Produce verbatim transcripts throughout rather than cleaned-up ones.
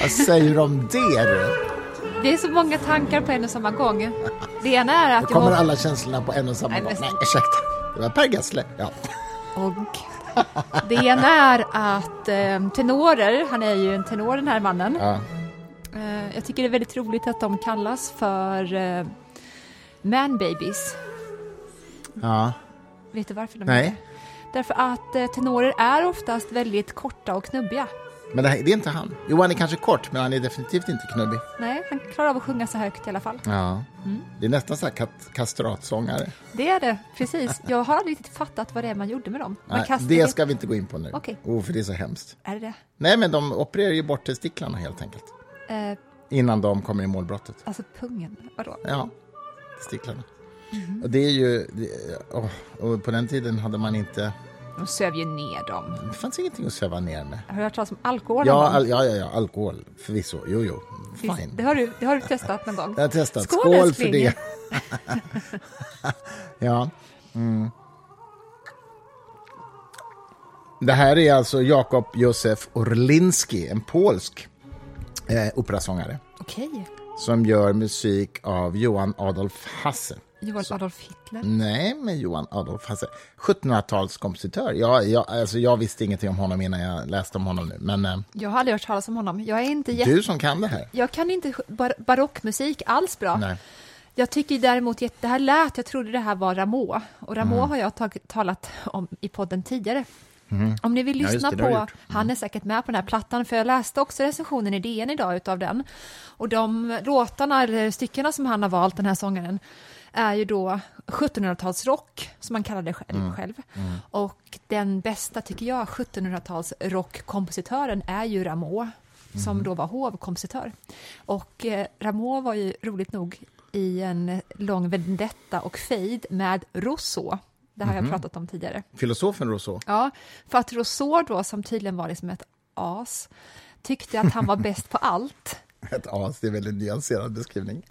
Vad säger du om det du? Det är så många tankar på en och samma gång. Det ena är att... Då kommer jag... alla känslorna på en och samma Nej, gång. men... Nej, ursäkta. Det var Per Gessle. Ja. Och det ena är att eh, tenorer, han är ju en tenor den här mannen. Ja. Eh, jag tycker det är väldigt roligt att de kallas för eh, man babies. Ja. Vet du varför de Nej. är det? Därför att eh, tenorer är oftast väldigt korta och knubbiga. Men det, här, det är inte han. Jo, han är kanske kort, men han är definitivt inte knubbig. Nej, han klarar av att sjunga så högt i alla fall. Ja. Mm. Det är nästan så här kat- kastratsångare. Det är det, precis. Jag har aldrig riktigt fattat vad det är man gjorde med dem. Man Nej, kastade... det ska vi inte gå in på nu. Okej. Oh, för det är så hemskt. Är det det? Nej, men de opererar ju bort testiklarna helt enkelt. Eh, Innan de kommer i målbrottet. alltså pungen, vadå? Ja, testiklarna. Mm. Och det är ju... Det, oh, och på den tiden hade man inte... De söv ju ner dem. Det fanns ingenting att söva ner med. Har du hört talas om alkohol? Ja, all, ja, ja, ja, alkohol. Förvisso. Jo, jo. Fine. Det har du, det har du testat någon gång. Jag har testat. Skål, Skål för älskling. det. Ja. Mm. Det här är alltså Jakob Józef Orlinski, en polsk eh, operasångare. Okej. Som gör musik av Johann Adolf Hasse. Johan Adolf Hitler. Nej, men Johann Adolf Hasse. sjuttonhundratalskompositör. Jag, jag, alltså jag visste ingenting om honom innan jag läste om honom nu. Men, eh, Jag har aldrig hört talas om honom. Jag är inte jätte... du som kan det här. Jag kan inte bar- barockmusik alls bra. Nej. Jag tycker däremot, det här lät, jag trodde det här var Rameau. Och Rameau Mm. har jag tagit, talat om i podden tidigare. Mm. Om ni vill Ja, just lyssna det, det har på, jag gjort. Mm. han är säkert med på den här plattan, för jag läste också recensionen i D N idag utav den. Och de låtarna, eller styckena som han har valt, den här sångaren, är ju då sjuttonhundratalsrock, som man kallar det själv. Mm. själv. Mm. Och den bästa, tycker jag, sjuttonhundratalsrockkompositören är ju Rameau, som Mm. då var hovkompositör. Och eh, Rameau var ju roligt nog i en lång vendetta och fejd med Rousseau. Det har Mhm. jag pratat om tidigare. Filosofen Rousseau. Ja, för att Rousseau då, som tydligen var liksom ett as, tyckte att han var bäst på allt. Ett as, det är väldigt nyanserad beskrivning.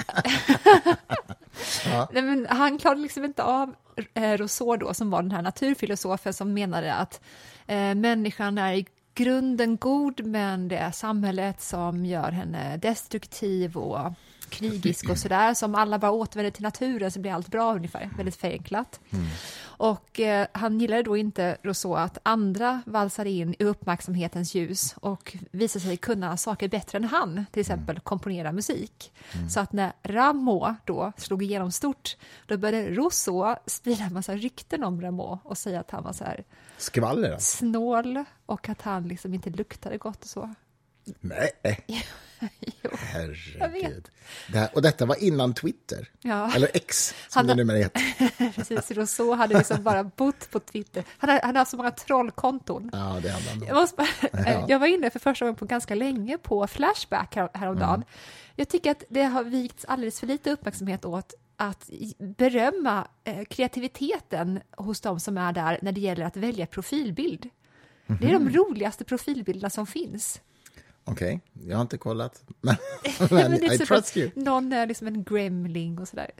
Ja. Nej, men han klarade liksom inte av eh, Rousseau då, som var den här naturfilosofen som menade att eh, människan är i grunden god, men det är samhället som gör henne destruktiv och krigisk och sådär. Så om alla bara återvänder till naturen så blir allt bra ungefär. Väldigt förenklat. Mm. Och eh, han gillade då inte Rousseau att andra valsar in i uppmärksamhetens ljus och visar sig kunna saker bättre än han. Till exempel mm. komponera musik. Mm. Så att när Rameau då slog igenom stort, då började Rousseau sprida en massa rykten om Rameau och säga att han var så här Skvaller. snål och att han liksom inte luktade gott och så. Nej. Jo, herregud. Det här, och detta var innan Twitter. Ja. Eller X, som Han- det numera heter. Precis, Rousseau hade liksom bara bott på Twitter. Han hade, han hade så många trollkonton. Ja, det hade han. Jag, måste bara, Ja. jag var inne för första gången på ganska länge på Flashback här, häromdagen. Mm. Jag tycker att det har vikts alldeles för lite uppmärksamhet åt att berömma eh, kreativiteten hos de som är där när det gäller att välja profilbild. Det är de Mhm. roligaste profilbilderna som finns. Okej, jag har inte kollat. Men, Men men det är I typ trust att you. någon är liksom en gremling och sådär.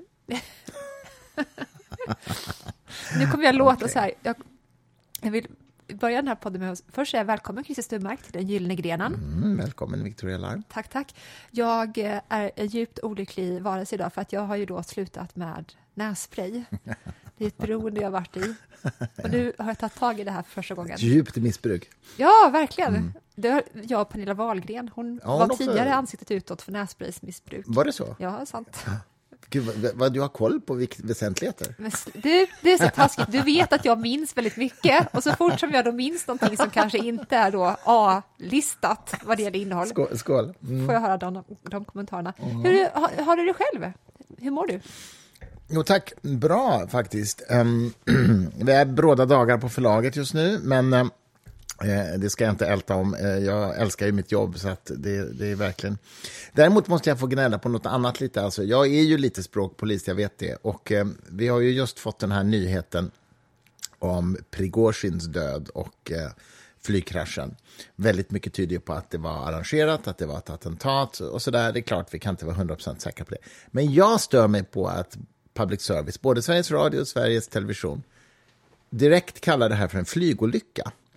Nu kommer jag låta Okej. så här. Jag, jag vill börja den här podden med att först säga välkommen Christer Sturmark till den gyllene grenen. Mm, välkommen Victoria Larm. Tack, tack. Jag eh, är en djupt olycklig varelse idag för att jag har ju då slutat med nässpray. Det är ett beroende jag har varit i. Och nu har jag tagit tag i det här för första gången. Djupt missbruk. Ja, verkligen. Mm. Det har jag och Pernilla Wahlgren. Hon Ja, hon var också- tidigare ansiktet utåt för nässpraysmissbruk. Var det så? Ja, sant. Gud, vad, vad du har koll på vik- väsentligheter. Men s- du, det är så taskigt. Du vet att jag minns väldigt mycket. Och så fort som jag då minns någonting som kanske inte är då A-listat vad det gäller innehåll, Skål. skål. Mm. får jag höra de, de kommentarerna. Mm. Hur, har, har du det själv? Hur mår du? Jo tack, bra faktiskt. Um, vi är bråda dagar på förlaget just nu, men um, eh, det ska jag inte älta om. Eh, jag älskar ju mitt jobb, så att det, det är verkligen... Däremot måste jag få gnälla på något annat lite. Alltså, jag är ju lite språkpolis, jag vet det. Och eh, vi har ju just fått den här nyheten om Prigozjins död och eh, flygkraschen. Väldigt mycket tyder på att det var arrangerat, att det var ett attentat och sådär. Det är klart, vi kan inte vara hundra procent säkra på det. Men jag stör mig på att public service, både Sveriges Radio och Sveriges Television, direkt kallar det här för en flygolycka.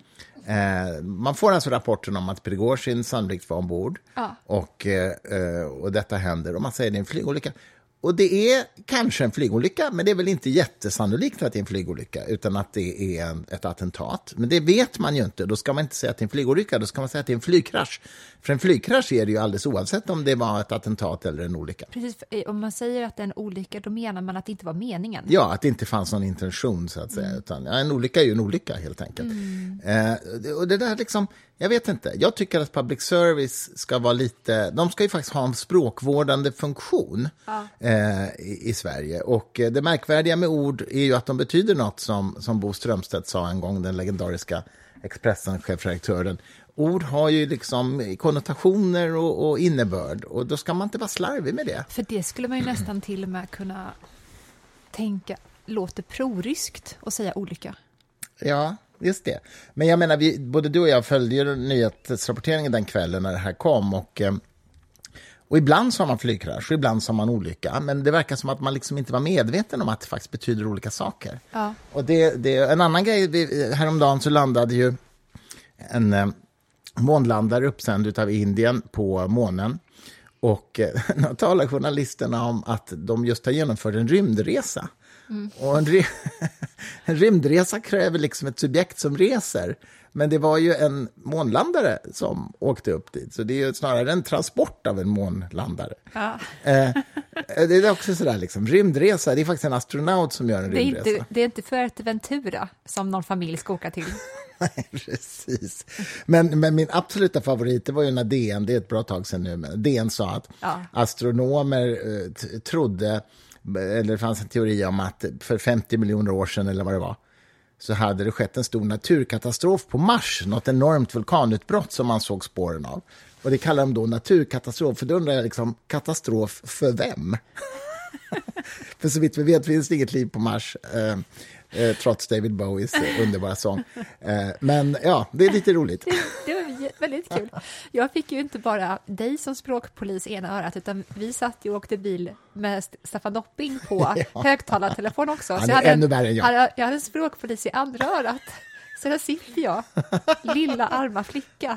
Eh, man får alltså rapporten om att Prigozjin sannolikt var ombord. Ja. Och, eh, och detta händer. Och man säger att det är en flygolycka. Och det är kanske en flygolycka, men det är väl inte jättesannolikt att det är en flygolycka, utan att det är en, ett attentat. Men det vet man ju inte. Då ska man inte säga att det är en flygolycka, då ska man säga att det är en flygkrasch. För en flygkrasch är det ju alldeles oavsett om det var ett attentat eller en olycka. Precis, om man säger att det är en olycka, då menar man att det inte var meningen. Ja, att det inte fanns någon intention så att säga. Mm. Utan, ja, en olycka är ju en olycka helt enkelt. Mm. Eh, och det där liksom, jag vet inte. Jag tycker att public service ska vara lite, de ska ju faktiskt ha en språkvårdande funktion ja. eh, i, i Sverige. Och eh, det märkvärdiga med ord är ju att de betyder något, som, som Bo Strömstedt sa en gång, den legendariska Expressen-chefredaktören. Ord har ju liksom konnotationer och, och innebörd, och då ska man inte vara slarvig med det. För det skulle man ju nästan till och med kunna tänka, låter proryskt och säga olycka. Ja, just det. Men jag menar, vi, både du och jag följde ju nyhetsrapporteringen den kvällen när det här kom, och, och ibland sa man flygkrasch och ibland sa man olycka, men det verkar som att man liksom inte var medveten om att det faktiskt betyder olika saker. Ja. Och det, det, en annan grej, häromdagen så landade ju en månlandare uppsänd av Indien på månen, och nu talar journalisterna om att de just har genomfört en rymdresa. Mm. Och en, re- en rymdresa kräver liksom ett subjekt som reser, men det var ju en månlandare som åkte upp dit, så det är ju snarare en transport av en månlandare. Ja. eh, det är också sådär liksom, rymdresa, det är faktiskt en astronaut som gör en det är rymdresa. Inte, det är inte Fuerteventura som någon familj ska åka till. Nej, precis. Men, men min absoluta favorit, det var ju när D N, det är ett bra tag sedan nu, men D N sa att ja. astronomer eh, t- trodde, eller det fanns en teori om att för femtio miljoner år sedan eller vad det var, så hade det skett en stor naturkatastrof på Mars, något enormt vulkanutbrott som man såg spåren av. Och det kallar de då naturkatastrof, för då undrar jag liksom, katastrof för vem? För så vitt vi vet finns det inget liv på Mars, eh, eh, trots David Bowies eh, underbara sång. Eh, men ja, det är lite roligt. Det, det var väldigt kul. Jag fick ju inte bara dig som språkpolis i ena örat, utan vi satt ju och åkte bil med Staffan Dopping på ja. högtalartelefon också. Han är så ännu värre än jag. Hade, jag hade en språkpolis i andra örat. Så där sitter jag, lilla arma flicka.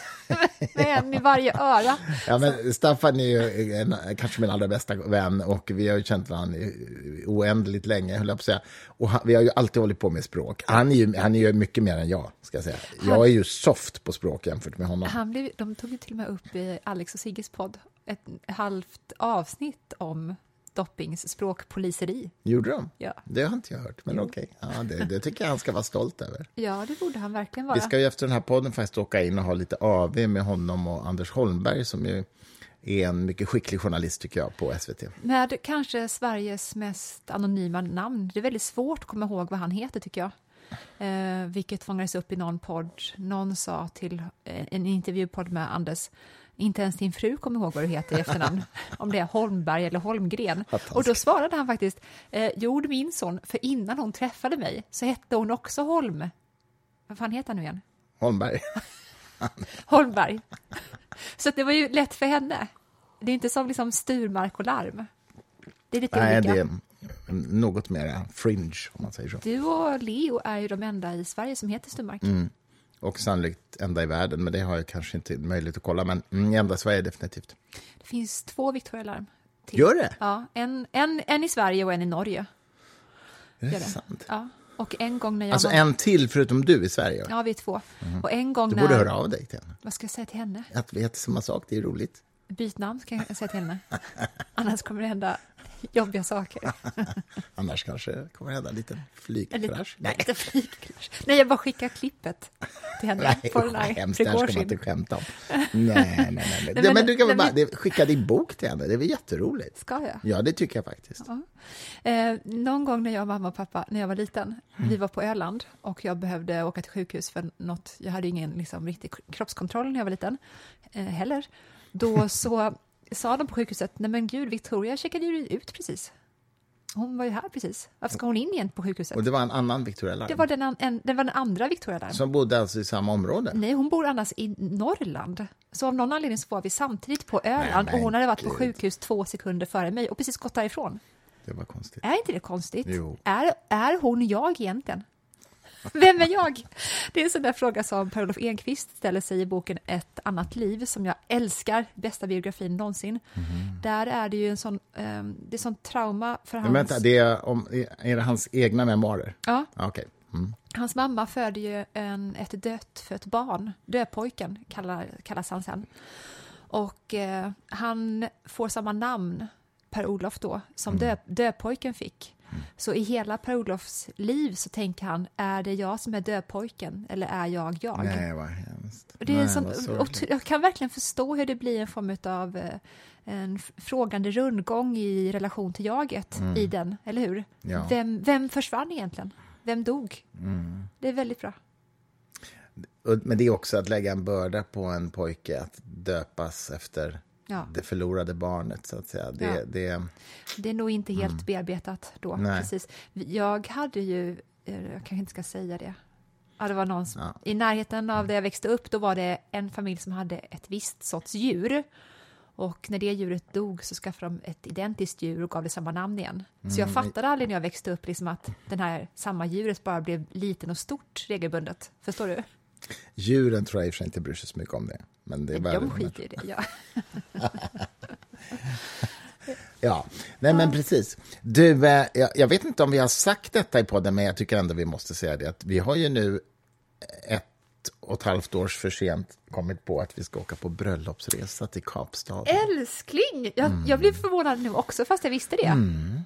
Med en i varje öra. Ja, men Staffan är ju en, kanske min allra bästa vän, och vi har ju känt varandra oändligt länge, höll jag på att säga. Och han, vi har ju alltid hållit på med språk. Han är ju, han är ju mycket mer än jag, ska jag säga. Jag han, är ju soft på språk jämfört med honom. Han blev, de tog ju till och med upp i Alex och Sigges podd ett halvt avsnitt om Doppings språkpoliseri. Gjorde de? Ja. Det har inte jag hört, men okej. Okay. Ja, det, det tycker jag han ska vara stolt över. Ja, det borde han verkligen vara. Vi ska ju efter den här podden faktiskt åka in och ha lite A V med honom och Anders Holmberg, som ju är en mycket skicklig journalist tycker jag på S V T. Med kanske Sveriges mest anonyma namn. Det är väldigt svårt att komma ihåg vad han heter tycker jag. Eh, vilket fångades upp i någon podd. Någon sa till eh, en intervjupodd med Anders, inte ens din fru kommer ihåg vad du heter i efternamn. Om det är Holmberg eller Holmgren. Och då svarade han faktiskt, eh, jo det minns hon, för innan hon träffade mig så hette hon också Holm. Vad fan heter han nu igen? Holmberg. Holmberg. Så det var ju lätt för henne. Det är inte som liksom Sturmark och Larm. Det är lite Nej, olika. det är något mer fringe om man säger så. Du och Leo är ju de enda i Sverige som heter Sturmark. Mm. Och sannolikt enda i världen, men det har jag kanske inte möjlighet att kolla. Men mm, enda Sverige definitivt. Det finns två Victoria Larm. Till. Gör det? Ja, en, en, en i Sverige och en i Norge. Är det, det sant? Ja, och en gång när jag Alltså var... en till förutom du i Sverige? Ja, vi är två. Mm. Och en gång du när... borde höra av dig till henne. Vad ska jag säga till henne? Att vi heter samma sak, det är roligt. Byt namn ska jag säga till henne. Annars kommer det hända jobbiga saker. Annars kanske kommer det hända en liten flygkrasch. Nej. Lite flygkrasch. Nej, jag bara skickar klippet till henne. Nej, på den här hemskt, där ska man inte skämta om. Nej, nej, nej. nej. nej men, men du kan väl bara det, skicka din bok till henne, det är väl jätteroligt. Ska jag? Ja, det tycker jag faktiskt. Ja. Eh, någon gång när jag, mamma och pappa, när jag var liten, mm. vi var på Öland och jag behövde åka till sjukhus för något, jag hade ingen liksom, riktig kroppskontroll när jag var liten eh, heller. Då så sa de på sjukhuset, nej men gud, Victoria checkade ju ut precis. Hon var ju här precis. Varför ska hon in igen på sjukhuset? Och det var en annan Victoria Larm? Det var den, an, en, det var den andra Victoria Larm. Som bodde alltså i samma område? Nej, hon bor annars i Norrland. Så av någon anledning så var vi samtidigt på Öland. Nej, och hon hade varit gud. på sjukhus två sekunder före mig och precis gått därifrån. Det var konstigt. Är inte det konstigt? Jo. Är, är hon jag egentligen? Vem är jag? Det är en sån där fråga som Per-Olof Enquist ställer sig i boken Ett annat liv, som jag älskar, bästa biografin någonsin. Mm. Där är det ju en sån, um, det är sån trauma för hans... Men vänta, det är, om, är det hans egna memoarer? Ja. Okej. Okay. Mm. Hans mamma födde ju en, ett dött för ett barn, döpojken kallar, kallas han sen. Och eh, han får samma namn, Per-Olof då, som mm. dö, döpojken fick. Mm. Så i hela Per-Olofs liv så tänker han, är det jag som är döpojken eller är jag jag? Nej, vad hemskt. Och det är Nej, sån, och jag kan verkligen förstå hur det blir en form av eh, en frågande rundgång i relation till jaget mm. i den, eller hur? Ja. Vem, vem försvann egentligen? Vem dog? Mm. Det är väldigt bra. Men det är också att lägga en börda på en pojke att döpas efter ja. det förlorade barnet, så att säga. Det, ja. det... det är nog inte helt mm. bearbetat då. Precis. Jag hade ju, jag kanske inte ska säga det, ja, det var någon som, ja. i närheten av där jag växte upp, då var det en familj som hade ett visst sorts djur. Och när det djuret dog så skaffade de ett identiskt djur och gav det samma namn igen. Mm. Så jag fattade aldrig när jag växte upp liksom att den här samma djuret bara blev liten och stort regelbundet. Förstår du? Djuren tror jag i och för sig inte bryr sig så mycket om det. Men det är de skiter i det, ja. ja, nej men precis. Du, eh, jag, jag vet inte om vi har sagt detta i podden, men jag tycker ändå vi måste säga det. Att vi har ju nu ett och ett halvt års för sent kommit på att vi ska åka på bröllopsresa till Kapstaden. Älskling! Jag, mm. jag blev förvånad nu också, fast jag visste det. Mm.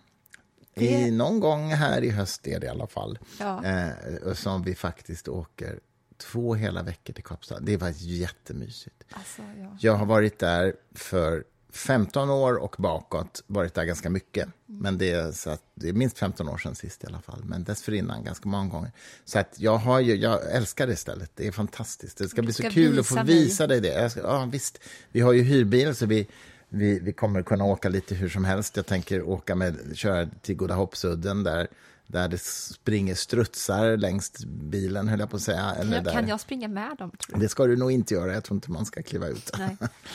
I det... Någon gång här i höst är det i alla fall. Ja. Eh, som vi faktiskt åker två hela veckor till Kapstaden. Det var jättemysigt. Alltså, ja. Jag har varit där för femton år och bakåt, varit där ganska mycket. Mm. Men det är, så att, det är minst femton år sedan sist i alla fall. Men dessförinnan ganska många gånger. Så att jag, har ju, jag älskar det stället. Det är fantastiskt. Det ska bli så kul att få visa dig det. Jag ska, ja, visst, vi har ju hyrbil så vi, vi, vi kommer kunna åka lite hur som helst. Jag tänker åka med, köra till Goda Hoppsudden där. Där det springer strutsar längs bilen, höll jag på att säga. Eller kan, där. kan jag springa med dem? Tror du? Det ska du nog inte göra. Jag tror inte man ska kliva ut. Nej.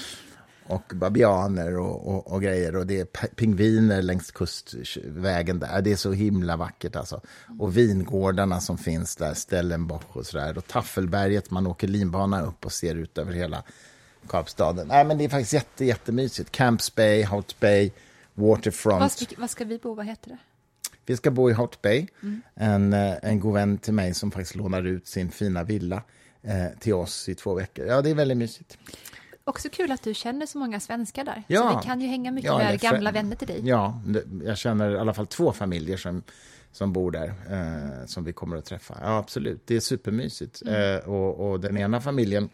Och babianer och, och, och grejer. Och det är pingviner längs kustvägen där. Det är så himla vackert alltså. Och vingårdarna som finns där, Stellenbosch och sådär. Och Taffelberget, man åker linbana upp och ser ut över hela Kapstaden. Nej, men det är faktiskt jätte, jättemysigt. Camps Bay, Hot Bay, Waterfront. Vad ska, vad ska vi bo, vad heter det? Vi ska bo i Hot Bay. Mm. En, en god vän till mig som faktiskt lånar ut sin fina villa eh, till oss i två veckor. Ja, det är väldigt mysigt. Också kul att du känner så många svenskar där. Ja. Så vi kan ju hänga mycket ja, med gamla för, vänner till dig. Ja, jag känner i alla fall två familjer som, som bor där. Eh, som vi kommer att träffa. Ja, absolut. Det är supermysigt. Mm. Eh, och, och den ena familjen,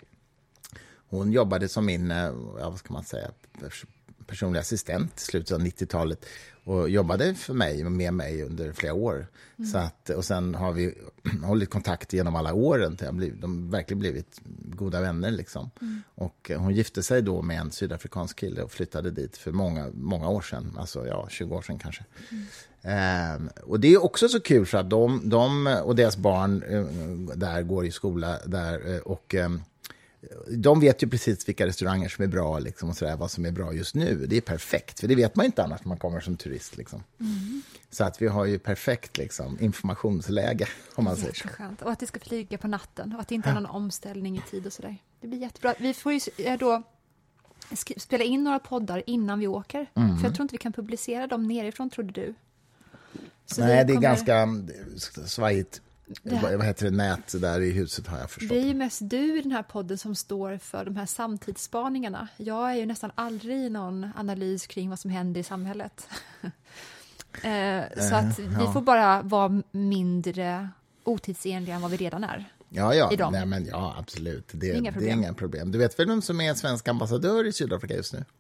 hon jobbade som min, ja, vad ska man säga, personlig assistent i slutet av nittiotalet. Och jobbade för mig och med mig under flera år. Mm. Så att, och sen har vi hållit kontakt genom alla åren. De har verkligen blivit goda vänner. Liksom. Mm. Och hon gifte sig då med en sydafrikansk kille och flyttade dit för många, många år sedan. Alltså ja, tjugo år sedan kanske. Mm. Um, och det är också så kul för att de, de och deras barn uh, där går i skola där uh, och... Um, de vet ju precis vilka restauranger som är bra liksom, och sådär, vad som är bra just nu. Det är perfekt, för det vet man inte annars när man kommer som turist. Liksom. Mm. Så att vi har ju perfekt liksom, informationsläge, om man säger så. Jätteskönt. Och att det ska flyga på natten och att det inte är någon omställning i tid och sådär. Det blir jättebra. Vi får ju då spela in några poddar innan vi åker. Mm. För jag tror inte vi kan publicera dem nerifrån, trodde du. Så nej, det är kommer... ganska svajigt. Här, vad heter det, nät där i huset har jag förstått. Det är ju mest du i den här podden som står för de här samtidsspaningarna. Jag är ju nästan aldrig i någon analys kring vad som händer i samhället. eh, så att vi ja. får bara vara mindre otidsenliga än vad vi redan är. Ja, ja. Nej, men ja, absolut. Det, det, är inga det är inga problem. Du vet väl vem som är svensk ambassadör i Sydafrika just nu?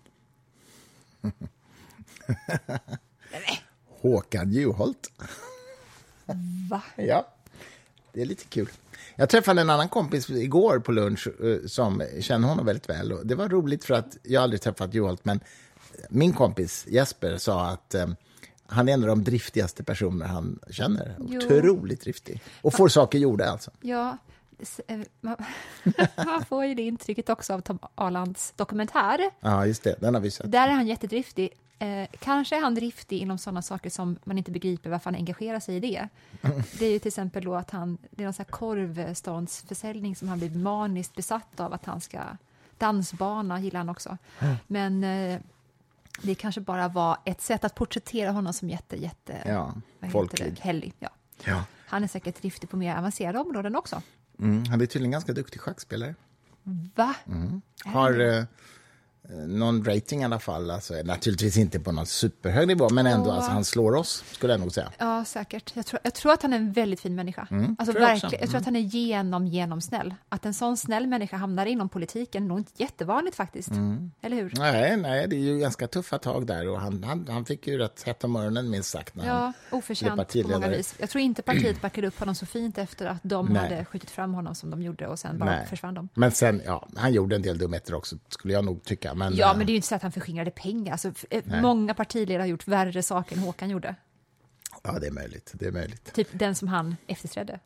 Håkan Juholt. Va? Ja, det är lite kul. Jag träffade en annan kompis igår på lunch som känner honom väldigt väl. Och det var roligt för att jag aldrig träffat Juholt, men min kompis Jesper sa att um, han är en av de driftigaste personer han känner. Jo. Otroligt driftig. Och får Va? saker gjorda alltså. Ja, man får ju det intrycket också av Tom Arlands dokumentär. Ja, just det. Den har vi sett. Där är han jättedriftig. Eh, kanske är han driftig inom sådana saker som man inte begriper varför han engagerar sig i det. Det är ju till exempel då att han, det är någon sån här korvståndsförsäljning som han blir maniskt besatt av, att han ska, dansbana gillar han också. Mm. Men eh, det kanske bara var ett sätt att porträttera honom som jätte, jätte, ja, folklig. Hellig. Ja. Ja. Han är säkert driftig på mer avancerade områden också. Mm, han är tydligen ganska duktig schackspelare. Va? Mm. Har eh, någon rating i alla fall. Alltså, naturligtvis inte på någon superhög nivå, men ändå, oh. alltså, han slår oss, skulle jag nog säga. Ja, säkert. Jag tror, jag tror att han är en väldigt fin människa. Mm, alltså, tror jag, verkligen, jag tror att han är genom, genom snäll. Att en sån snäll människa hamnar inom politiken är nog inte jättevanligt faktiskt. Mm. Eller hur? Nej, nej, det är ju ganska tuffa tag där. Och han, han, han fick ju rätt hett om öronen, minst sagt. När ja, oförtjänt på många vis. Jag tror inte partiet backade upp honom så fint efter att de nej. hade skjutit fram honom som de gjorde och sen bara nej. försvann de. Men sen, ja, han gjorde en del dumheter också, skulle jag nog tycka. Men, ja, men det är ju inte så att han förskingrade pengar. Alltså, många partiledare har gjort värre saker än Håkan gjorde. Ja, det är möjligt. Det är möjligt. Typ den som han efterträdde.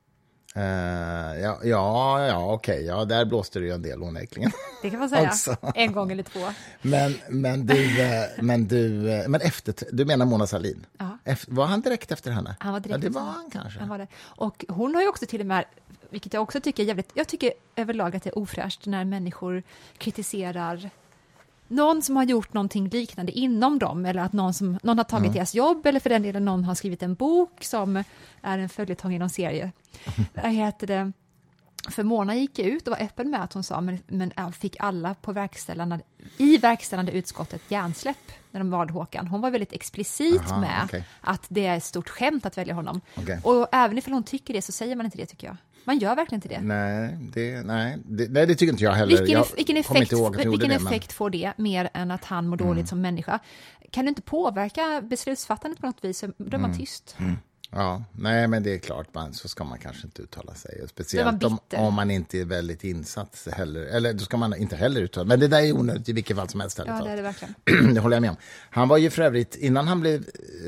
Uh, ja, ja, ja okej. Okay. Ja, där blåste det ju en del onekligen. Det kan man säga. En gång eller två. Men, men du, men du, men efter, du menar Mona Sahlin? Ja. Efter, var han direkt efter henne? Han var direkt ja, det efter var han kanske. Han var det. Och hon har ju också till och med, vilket jag också tycker är jävligt, jag tycker överlag att det är ofräscht när människor kritiserar någon som har gjort någonting liknande inom dem, eller att någon, som, någon har tagit mm. deras jobb, eller för den delen någon har skrivit en bok som är en följetong i någon serie. Där heter det, för Mona gick ut och var öppen med att hon sa, men, men fick alla på verkställande, i verkställande utskottet hjärnsläpp när de valde Håkan. Hon var väldigt explicit Aha, med okay. att det är ett stort skämt att välja honom. Okay. Och även ifall hon tycker det så säger man inte det, tycker jag. Man gör verkligen inte det. Nej, det, nej, det, nej, det tycker inte jag heller. Vilken, jag vilken effekt, vilken det, effekt men... får det mer än att han mår dåligt mm. som människa? Kan du inte påverka beslutsfattandet på något vis? Då är man mm. tyst. Mm. Ja, nej, men det är klart, man, så ska man kanske inte uttala sig. Speciellt om, om man inte är väldigt insatt heller. Eller då ska man inte heller uttala. Men det där är onödigt i vilket fall som helst. Ja, det är det verkligen. Det håller jag med om. Han var ju för övrigt, innan han blev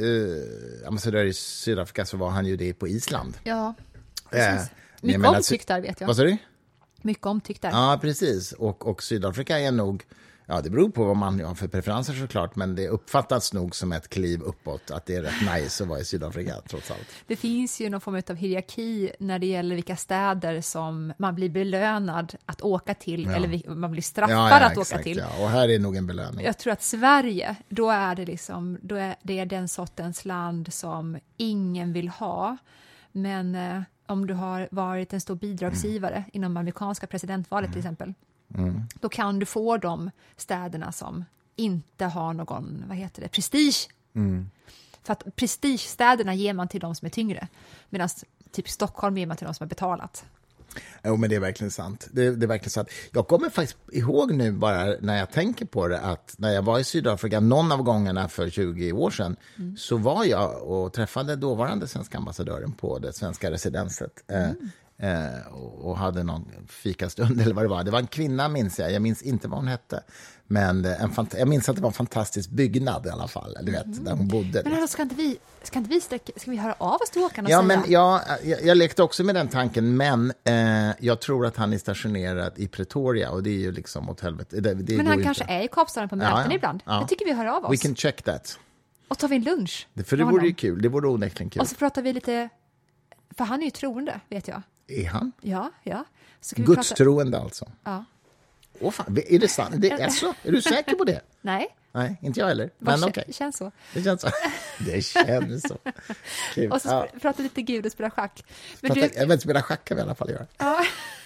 eh, ambassadör i Sydafrika så var han ju det på Island. Ja, precis. Eh, Mycket omtyckt där, vet jag. Vad sa du? Mycket omtyckt där. Ja, precis. Och, och Sydafrika är nog, ja, det beror på vad man har för preferenser såklart, men det uppfattas nog som ett kliv uppåt, att det är rätt nice att vara i Sydafrika, trots allt. Det finns ju någon form av hierarki när det gäller vilka städer som man blir belönad att åka till, ja. eller man blir straffad ja, ja, att exakt, åka till. Ja. Och här är nog en belöning. Jag tror att Sverige, då är det liksom, då är det är den sortens land som ingen vill ha, men eh, om du har varit en stor bidragsgivare mm. inom amerikanska presidentvalet mm. till exempel, mm. då kan du få de städerna som inte har någon, vad heter det, prestige. Mm. För att prestigestäderna ger man till de som är tyngre, medan typ Stockholm ger man till de som har betalat. Jo, men det är verkligen sant. Det, det är verkligen sant. Jag kommer faktiskt ihåg nu bara när jag tänker på det att när jag var i Sydafrika någon av gångerna för tjugo år sedan mm. så var jag och träffade dåvarande svenska ambassadören på det svenska residenset mm. eh, och, och hade någon fikastund eller vad det var. Det var en kvinna, minns jag. Jag minns inte vad hon hette. Men en fant- jag minns att det var en fantastisk byggnad i alla fall, du vet, mm. där hon bodde. Men alltså, ska inte vi, ska inte vi, sträcka, ska vi höra av oss till Håkan och ja, säga? Men jag, jag, jag lekte också med den tanken, men eh, jag tror att han är stationerad i Pretoria och det är ju liksom åt helvete. Det, det men han kanske inte. är i Kapstaden på möten ja, ja. ibland. Ja. Jag tycker vi hör av oss. We can check that. Och tar vi en lunch. Det, för det vore ju kul, det vore onekligen kul. Och så pratar vi lite, för han är ju troende, vet jag. Är han? Ja, ja. Guds prata... troende alltså. Ja. Åh fan, är det sant? Det är så? Är du säker på det? Nej. Nej, inte jag heller. Men okej. Okay. Det känns så. Det känns så. Det känns så. Kul. Och så ja. pratar lite Gud och spela schack. Men prata, du... Jag vet, spela schack kan vi i alla fall göra. Ja.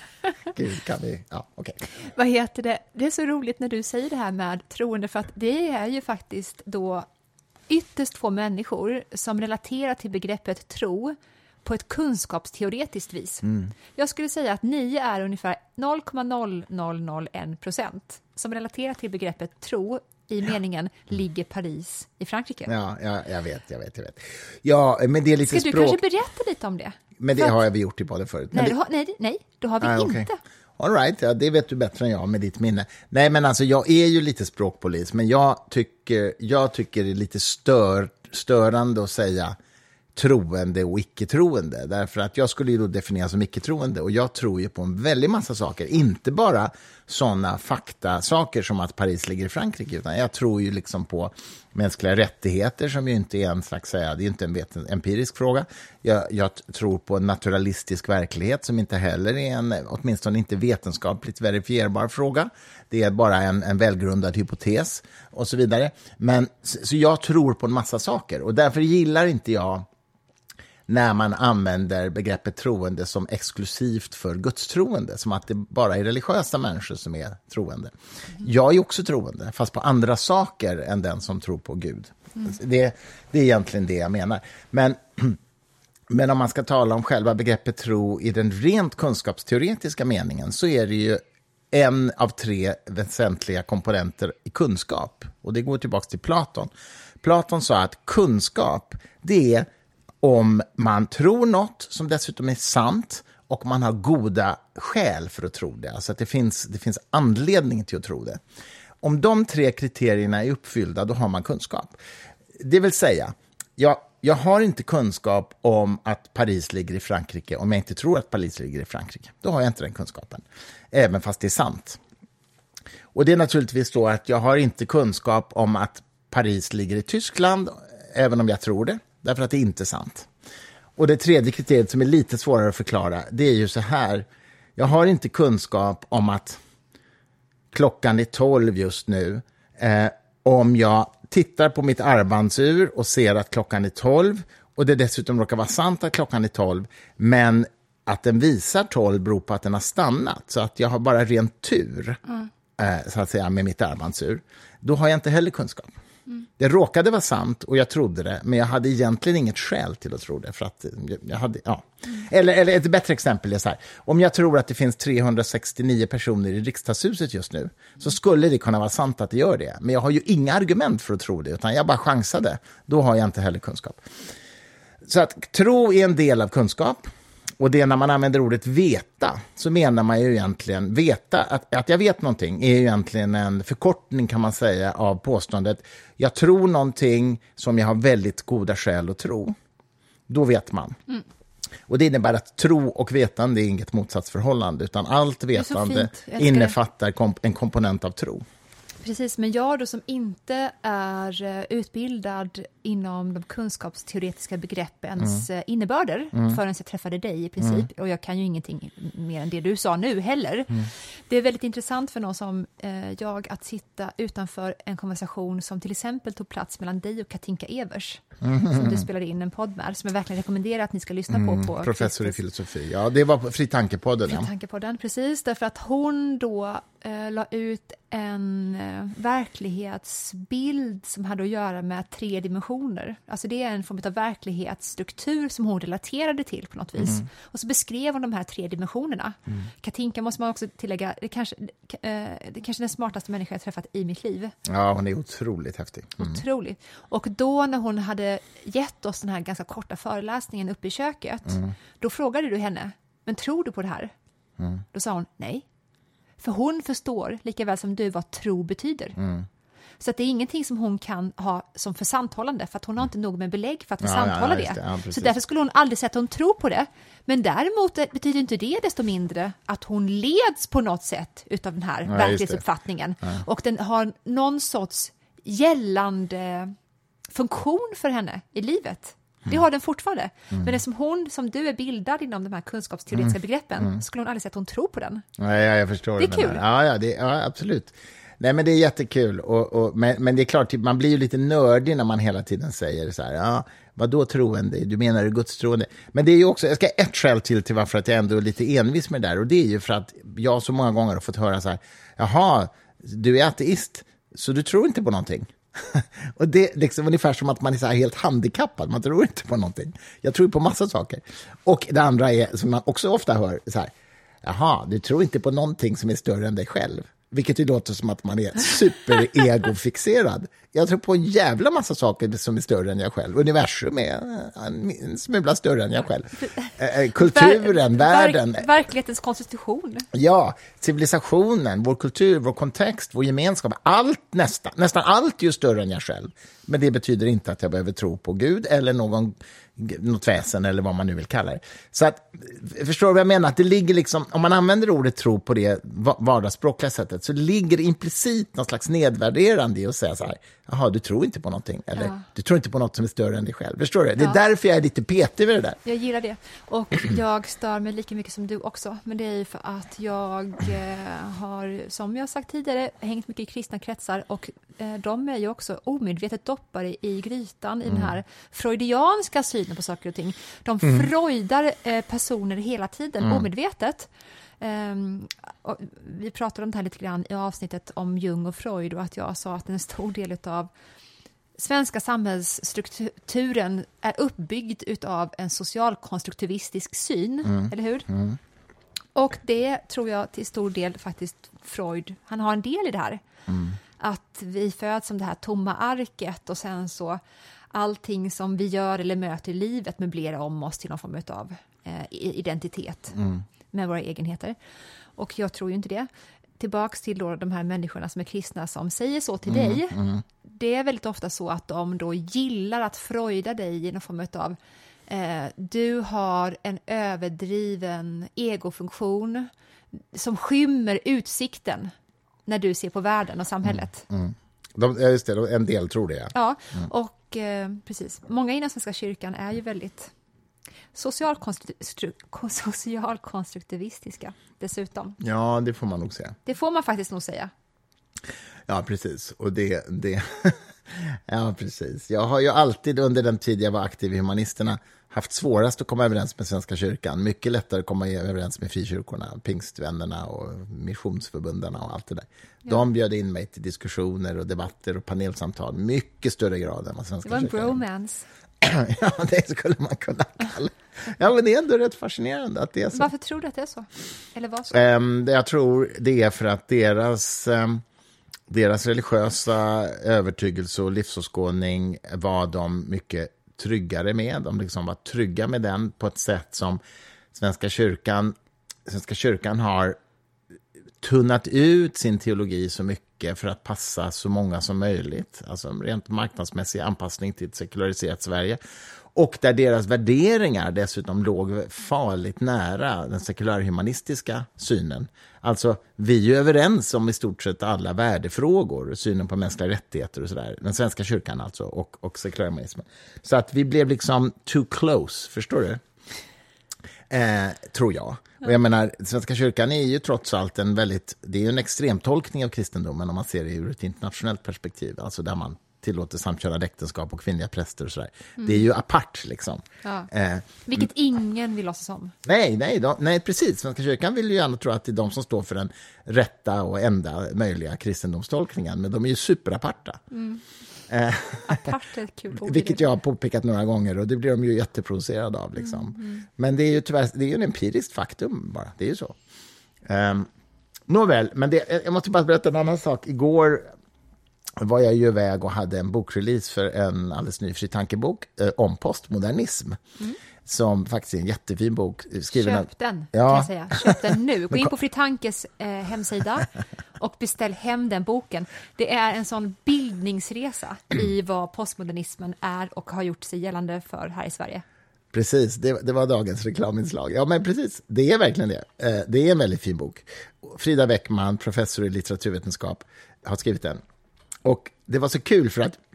Gud, kan vi... Ja, okej. Okay. Vad heter det? Det är så roligt när du säger det här med troende, för att det är ju faktiskt då ytterst få människor som relaterar till begreppet tro på ett kunskapsteoretiskt vis. Mm. Jag skulle säga att ni är ungefär noll komma noll noll noll ett procent som relaterar till begreppet tro i meningen ja. ligger Paris i Frankrike. Ja, ja, jag vet, jag vet, jag vet. Ja, men det är lite Ska språk... du kanske berätta lite om det? Men det För har att... vi gjort i podden förut. Nej, det... det har, nej, nej, det har vi ah, inte. Okay. All right, ja, det vet du bättre än jag med ditt minne. Nej, men alltså jag är ju lite språkpolis, men jag tycker, jag tycker det är lite stör, störande att säga troende och icke-troende. Därför att jag skulle ju då definiera som icke-troende och jag tror ju på en väldigt massa saker. Inte bara sådana fakta saker som att Paris ligger i Frankrike, utan jag tror ju liksom på mänskliga rättigheter som ju inte är en slags, det är inte en veten, empirisk fråga. Jag, jag tror på en naturalistisk verklighet som inte heller är en, åtminstone inte vetenskapligt verifierbar fråga. Det är bara en, en välgrundad hypotes och så vidare. Men så, så jag tror på en massa saker och därför gillar inte jag när man använder begreppet troende som exklusivt för gudstroende, som att det bara är religiösa människor som är troende. Jag är också troende, fast på andra saker än den som tror på Gud. Mm. Det, det är egentligen det jag menar. Men, men om man ska tala om själva begreppet tro i den rent kunskapsteoretiska meningen så är det ju en av tre väsentliga komponenter i kunskap. Och det går tillbaka till Platon. Platon sa att kunskap, det är om man tror något som dessutom är sant och man har goda skäl för att tro det. Alltså att det finns, det finns anledning till att tro det. Om de tre kriterierna är uppfyllda, då har man kunskap. Det vill säga, jag, jag har inte kunskap om att Paris ligger i Frankrike om jag inte tror att Paris ligger i Frankrike. Då har jag inte den kunskapen, även fast det är sant. Och det är naturligtvis så att jag har inte kunskap om att Paris ligger i Tyskland, även om jag tror det. Därför att det är inte sant. Och det tredje kriteriet som är lite svårare att förklara, det är ju så här. Jag har inte kunskap om att klockan är tolv just nu. Eh, om jag tittar på mitt armbandsur och ser att klockan är tolv och det dessutom råkar vara sant att klockan är tolv, men att den visar tolv beror på att den har stannat. Så att jag har bara rent tur mm. eh, så att säga, med mitt armbandsur. Då har jag inte heller kunskap. Mm. Det råkade vara sant och jag trodde det, men jag hade egentligen inget skäl till att tro det för att jag hade, ja. Mm. Eller, eller ett bättre exempel är så här, om jag tror att det finns trehundrasextionio personer i riksdagshuset just nu, mm. så skulle det kunna vara sant att det gör det, men jag har ju inga argument för att tro det, utan jag bara chansade. Då har jag inte heller kunskap. Så att tro är en del av kunskap. Och det när man använder ordet veta så menar man ju egentligen veta, att, att jag vet någonting är ju egentligen en förkortning kan man säga av påståendet jag tror någonting som jag har väldigt goda skäl att tro. Då vet man. Mm. Och det innebär att tro och vetande är inget motsatsförhållande utan allt vetande innefattar komp- en komponent av tro. Precis, men jag då som inte är utbildad inom de kunskapsteoretiska begreppens mm. innebörder mm. förrän jag träffade dig i princip, mm. och jag kan ju ingenting mer än det du sa nu heller. Mm. Det är väldigt intressant för någon som eh, jag att sitta utanför en konversation som till exempel tog plats mellan dig och Katinka Evers, mm. som du spelade in en podd med, som jag verkligen rekommenderar att ni ska lyssna mm. på. på Professor Christus. I filosofi, ja det var Fri Tankepodden. Fri Tankepodden, precis, därför att hon då eh, la ut en eh, verklighetsbild som hade att göra med tre dimensioner. Alltså det är en form av verklighetsstruktur som hon relaterade till på något vis. Mm. Och så beskrev hon de här tre dimensionerna. Mm. Katinka måste man också tillägga, det kanske, eh, det kanske är den smartaste människa jag träffat i mitt liv. Ja, hon är otroligt häftig. Mm. Otroligt. Och då när hon hade gett oss den här ganska korta föreläsningen uppe i köket, mm. då frågade du henne, men tror du på det här? Mm. Då sa hon, nej. För hon förstår lika väl som du vad tro betyder. Mm. Så att det är ingenting som hon kan ha som för samtalande, för att hon har inte nog med belägg för att få ja, samtala ja, det. det. Ja, så därför skulle hon aldrig säga att hon tror på det. Men däremot betyder inte det desto mindre att hon leds på något sätt utav den här ja, verklighetsuppfattningen. Ja. Och den har någon sorts gällande funktion för henne i livet. Det har den fortfarande. Mm. Men det som hon, som du är bildad inom de här kunskapsteoretiska mm. begreppen, mm. skulle hon aldrig säga att hon tror på den. Ja, ja jag förstår. Det är kul. Ja, ja, det, ja, absolut. Nej, men det är jättekul. Och, och, men, men det är klart, man blir ju lite nördig när man hela tiden säger så här, ja, vad då troende? Du menar du gudstroende? Men det är ju också, jag ska ett skäl till till varför att jag ändå är lite envis med det där. Och det är ju för att jag så många gånger har fått höra så här, jaha, du är ateist, så du tror inte på någonting. Och det är liksom ungefär som att man är så här helt handikappad. Man tror inte på någonting. Jag tror på massa saker. Och det andra är, som man också ofta hör, så här, jaha, du tror inte på någonting som är större än dig själv. Vilket ju låter som att man är super-ego-fixerad. Jag tror på en jävla massa saker som är större än jag själv. Universum är en smula större än jag själv. Kulturen, Ver- världen. Verk- verklighetens konstitution. Ja, civilisationen, vår kultur, vår kontext, vår gemenskap. Allt nästan. Nästan allt är ju större än jag själv. Men det betyder inte att jag behöver tro på Gud eller någon något väsen eller vad man nu vill kalla det. Så att, förstår du vad jag menar? Att det ligger liksom, om man använder ordet tro på det vardagsspråkliga sättet, så ligger det implicit någon slags nedvärderande i att säga så här, jaha, du tror inte på någonting, eller ja. du tror inte på något som är större än dig själv. Förstår du? Det är ja. därför jag är lite petig med det där. Jag gillar det. Och jag stör mig lika mycket som du också. Men det är ju för att jag eh, har, som jag sagt tidigare, hängt mycket i kristna kretsar. Och eh, de är ju också omedvetet doppare i grytan i mm. den här freudianska synen på saker och ting. De mm. freudar eh, personer hela tiden, mm. omedvetet. Um, och vi pratade om det här lite grann i avsnittet om Jung och Freud, och att jag sa att en stor del av svenska samhällsstrukturen är uppbyggd utav en socialkonstruktivistisk syn, mm. eller hur? Mm. Och det tror jag till stor del faktiskt Freud, han har en del i det här. Mm. Att vi föds som det här tomma arket, och sen så allting som vi gör eller möter i livet möblerar om oss till någon form av eh, identitet mm. med våra egenheter. Och jag tror ju inte det. Tillbaks till då de här människorna som är kristna som säger så till mm, dig. Mm. Det är väldigt ofta så att de då gillar att freuda dig i någon form av eh, du har en överdriven egofunktion som skymmer utsikten när du ser på världen och samhället. Mm, mm. De, just det, en del tror det. Ja, ja mm. och eh, precis. Många inom Svenska kyrkan är ju väldigt Socialkonstru- socialkonstruktivistiska dessutom. Ja, det får man nog säga. Det får man faktiskt nog säga. Ja, precis. Och det... det ja, precis. Jag har ju alltid under den tid jag var aktiv i Humanisterna haft svårast att komma överens med Svenska kyrkan. Mycket lättare att komma överens med frikyrkorna, pingstvännerna och missionsförbundarna och allt det där. Ja. De bjöd in mig till diskussioner och debatter och panelsamtal. Mycket större grad än vad Svenska kyrkan. Det var en bromance. Ja, det skulle man kunna kalla. Ja, men det är ändå rätt fascinerande att det är så. Varför tror du att det är så? Eller vad så? Um, jag tror det är för att deras, um, deras religiösa övertygelse och livsåskådning var de mycket tryggare med. De liksom var trygga med den på ett sätt som Svenska kyrkan, Svenska kyrkan har tunnat ut sin teologi så mycket för att passa så många som möjligt. Alltså en rent marknadsmässig anpassning till ett sekulariserat Sverige. Och där deras värderingar dessutom låg farligt nära den sekulärhumanistiska synen. Alltså, vi är ju överens om i stort sett alla värdefrågor, synen på mänskliga rättigheter och sådär. Den svenska kyrkan alltså, och, och sekulärhumanismen. Så att vi blev liksom too close, förstår du? Eh, tror jag. Och jag menar, Svenska kyrkan är ju trots allt en väldigt, det är ju en extremtolkning av kristendomen om man ser det ur ett internationellt perspektiv. Alltså där man tillåter samkönade äktenskap och kvinnliga präster och sådär. Mm. Det är ju apart liksom. Ja. Eh, Vilket ingen vill låtsas om. Nej, nej, de, nej, precis. Svenska kyrkan vill ju gärna tro att det är de som står för den rätta och enda möjliga kristendomstolkningen. Men de är ju superaparta. Mm. Eh, apart är ett kul ord. Vilket jag har påpekat några gånger och det blir de ju jätteprovocerade av. Liksom. Mm, mm. Men det är ju tyvärr, det är ju en empiriskt faktum bara. Det är ju så. Um, nåväl, men det, jag måste bara berätta en annan sak. Igår var jag ju iväg och hade en bokrelease för en alldeles ny fri tankebok eh, om postmodernism. Mm. Som faktiskt är en jättefin bok. Köp av... den, ja. kan jag säga. Köp den nu. Gå in på Fri Tankes eh, hemsida och beställ hem den boken. Det är en sån bildningsresa i vad postmodernismen är och har gjort sig gällande för här i Sverige. Precis, det, det var dagens reklaminslag. Ja, men precis, det är verkligen det. Eh, det är en väldigt fin bok. Frida Bäckman, professor i litteraturvetenskap, har skrivit den. Och det var så kul för att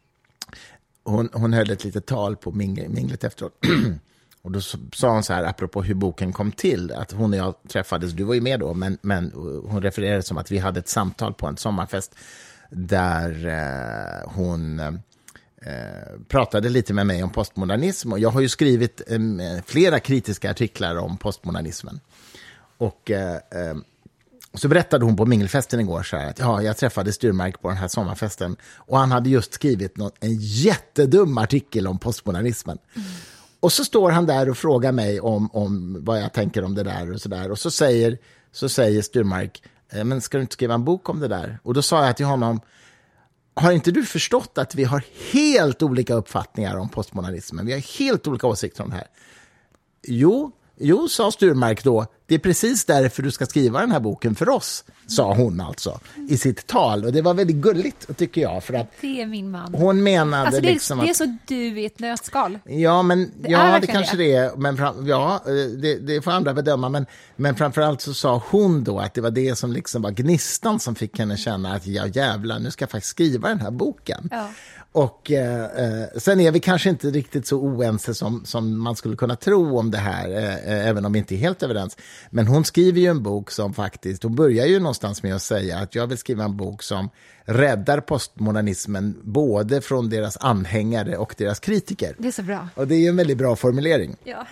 hon, hon höll ett litet tal på ming, minglet efteråt. Och då sa hon så här, apropå hur boken kom till, att hon och jag träffades, du var ju med då, men, men hon refererade som att vi hade ett samtal på en sommarfest där eh, hon eh, pratade lite med mig om postmodernism. Och jag har ju skrivit eh, flera kritiska artiklar om postmodernismen. Och eh, eh, så berättade hon på mingelfesten igår så här att ja, jag träffade Styrmark på den här sommarfesten och han hade just skrivit något, en jättedum artikel om postmodernismen. Mm. Och så står han där och frågar mig om, om vad jag tänker om det där och så där. Och så säger, så säger Styrmark, men ska du inte skriva en bok om det där? Och då sa jag till honom, har inte du förstått att vi har helt olika uppfattningar om postmodernismen? Vi har helt olika åsikter om det här. Jo, Jo, sa Sturmark då, det är precis därför du ska skriva den här boken för oss, sa hon alltså i sitt tal. Och det var väldigt gulligt, tycker jag. För att det är min man. Hon menade alltså, det, är, liksom det är att, så du i ett nötskal. Ja, men, det ja är det kanske det, det är. Men fram, ja, det, det får andra bedöma. Men, men framförallt så sa hon då att det var det som liksom var gnistan som fick henne känna att ja jävlar, nu ska jag faktiskt skriva den här boken. Ja. Och eh, sen är vi kanske inte riktigt så oense som, som man skulle kunna tro om det här, eh, även om vi inte är helt överens. Men hon skriver ju en bok som faktiskt, hon börjar ju någonstans med att säga att jag vill skriva en bok som räddar postmodernismen både från deras anhängare och deras kritiker. Det är så bra. Och det är ju en väldigt bra formulering. Ja.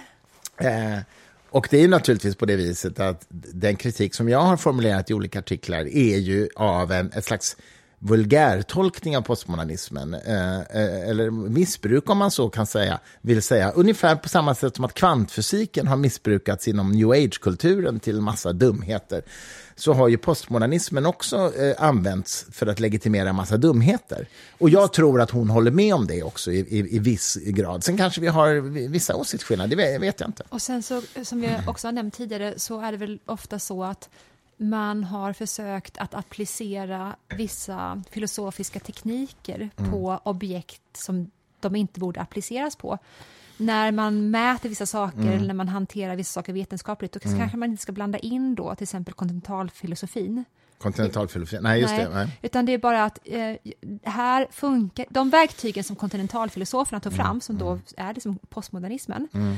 Eh, och det är ju naturligtvis på det viset att den kritik som jag har formulerat i olika artiklar är ju av en, ett slags vulgärtolkning av postmodernismen, eh, eller missbruk om man så kan säga, vill säga ungefär på samma sätt som att kvantfysiken har missbrukats inom New Age-kulturen till massa dumheter, så har ju postmodernismen också eh, använts för att legitimera massa dumheter. Och jag tror att hon håller med om det också i, i, i viss grad. Sen kanske vi har vissa åsiktsskillnader, det vet jag inte. Och sen så, som vi också har nämnt tidigare, så är det väl ofta så att man har försökt att applicera vissa filosofiska tekniker mm. på objekt som de inte borde appliceras på. När man mäter vissa saker mm. eller när man hanterar vissa saker vetenskapligt, då mm. kanske man inte ska blanda in då till exempel kontinentalfilosofin. Kontinentalfilosofin, nej just nej, det. Nej. Utan det är bara att eh, här funkar, de verktygen som kontinentalfilosoferna tog fram, mm. som då är liksom postmodernismen, mm.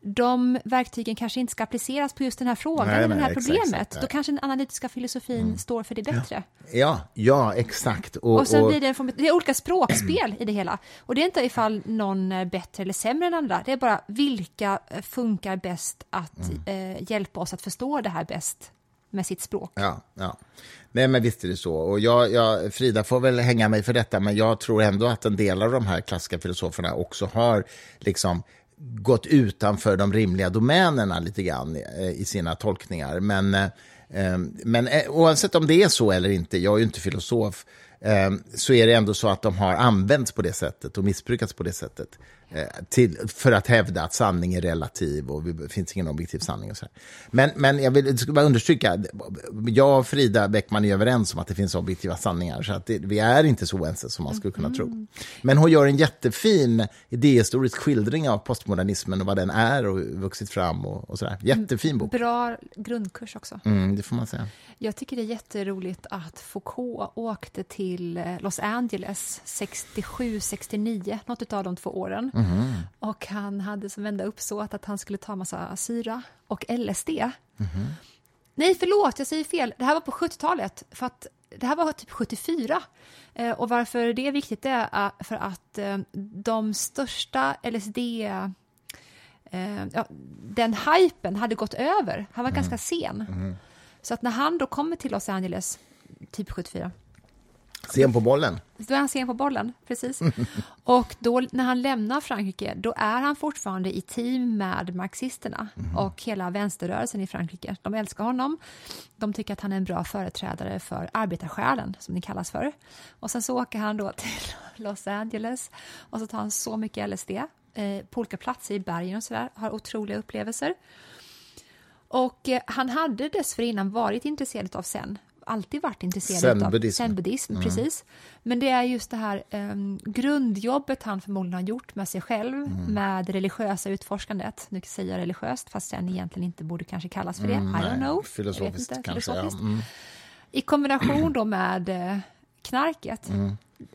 de verktygen kanske inte ska appliceras på just den här frågan, nej, eller det här problemet. Exakt, då kanske den analytiska filosofin mm. står för det bättre. Ja, ja exakt. Och, och sen och... blir det, en, det är olika språkspel i det hela. Och det är inte ifall någon är bättre eller sämre än andra. Det är bara vilka funkar bäst att mm. eh, hjälpa oss att förstå det här bäst med sitt språk. Ja, ja. Nej, men visst är det så. Och jag, jag, Frida får väl hänga mig för detta, men jag tror ändå att en del av de här klassiska filosoferna också har liksom gått utanför de rimliga domänerna lite grann i sina tolkningar. Men, men oavsett om det är så eller inte, jag är ju inte filosof, så är det ändå så att de har använts på det sättet och missbrukats på det sättet till, för att hävda att sanning är relativ och det finns ingen objektiv sanning och så här. Men, men jag vill jag bara understryka, jag och Frida Bäckman är överens om att det finns objektiva sanningar, så att det, vi är inte så oense som man skulle kunna mm. tro. Men hon gör en jättefin idéhistorisk skildring av postmodernismen och vad den är och vuxit fram och, och sådär. Jättefin bok. Bra grundkurs också. Mm, det får man säga. Jag tycker det är jätteroligt att Foucault åkte till Los Angeles sextiosju sextionio, något av de två åren. Mm. Och han hade som enda uppsåt att han skulle ta massa syra och L S D. Mm. Nej, förlåt, jag säger fel. Det här var på sjuttiotalet, för att det här var typ sjuttiofyra. Eh, och varför det är viktigt är för att eh, de största L S D... Eh, ja, den hypen hade gått över. Han var mm. ganska sen. Mm. Så att när han då kommer till Los Angeles, typ sjuttiofyra. Sen på bollen. Då är han sen på bollen, precis. Och då när han lämnar Frankrike, då är han fortfarande i team med marxisterna mm. och hela vänsterrörelsen i Frankrike. De älskar honom. De tycker att han är en bra företrädare för arbetarsjälen, som det kallas för. Och sen så åker han då till Los Angeles och så tar han så mycket L S D eh, på olika platser i bergen och sådär. Har otroliga upplevelser. Och eh, han hade dessförinnan varit intresserad av zen. Alltid varit intresserad av zen-buddhism, mm. precis. Men det är just det här um, grundjobbet han förmodligen har gjort med sig själv, mm. med det religiösa utforskandet. Nu säger jag religiöst, fast sen egentligen inte borde kanske kallas för det. Mm, I don't know. Filosofiskt inte, kanske, filosofiskt. Ja. Mm. I kombination då med uh, knarket. Mm.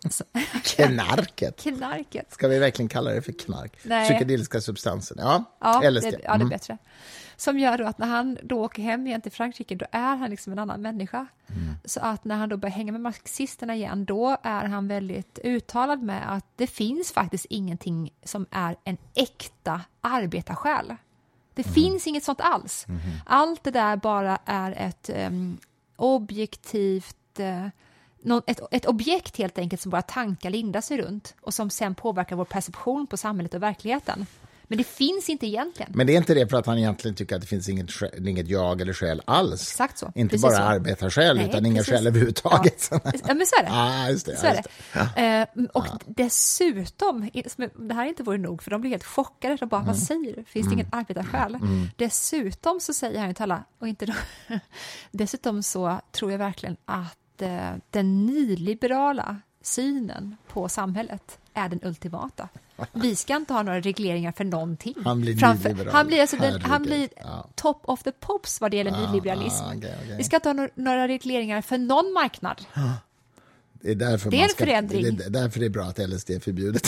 Knarket? Knarket. Ska vi verkligen kalla det för knark? Nej. Psykedeliska substanser. Ja, ja, L S D. Det, ja, det är bättre. Som gör då att när han då åker hem igen till Frankrike, då är han liksom en annan människa. Mm. Så att när han då börjar hänga med marxisterna igen, då är han väldigt uttalad med att det finns faktiskt ingenting som är en äkta arbetarsjäl. Det mm. finns inget sånt alls. Mm. Allt det där bara är ett um, objektivt... Uh, Ett, ett objekt helt enkelt som bara tankar lindar sig runt och som sen påverkar vår perception på samhället och verkligheten. Men det finns inte egentligen. Men det är inte det för att han egentligen tycker att det finns inget, skäl, inget jag eller skäl alls. Exakt så. Inte precis bara så. arbetarskäl, Nej, utan inga precis. skäl överhuvudtaget. Ja. ja, men så är det. Ah, just det, så är just det. det. Ja. Eh, och Ja. dessutom, det här är inte vore nog, för de blir helt chockade. De bara, Mm. vad säger du? Finns det ingen arbetarskäl? Mm. Dessutom så säger han ju till alla, och inte då, dessutom så tror jag verkligen att eh, den nyliberala synen på samhället är den ultimata. Vi ska inte ha några regleringar för någonting. Han blir Framför, nyliberal. han blir, alltså den, han Herregud. blir Ja. top of the pops vad det gäller Ah, nyliberalism. ah, okay, okay. Vi ska inte ha no- några regleringar för någon marknad. Det är därför Det är man en ska, förändring. Det är därför det är bra att L S D är förbjudet.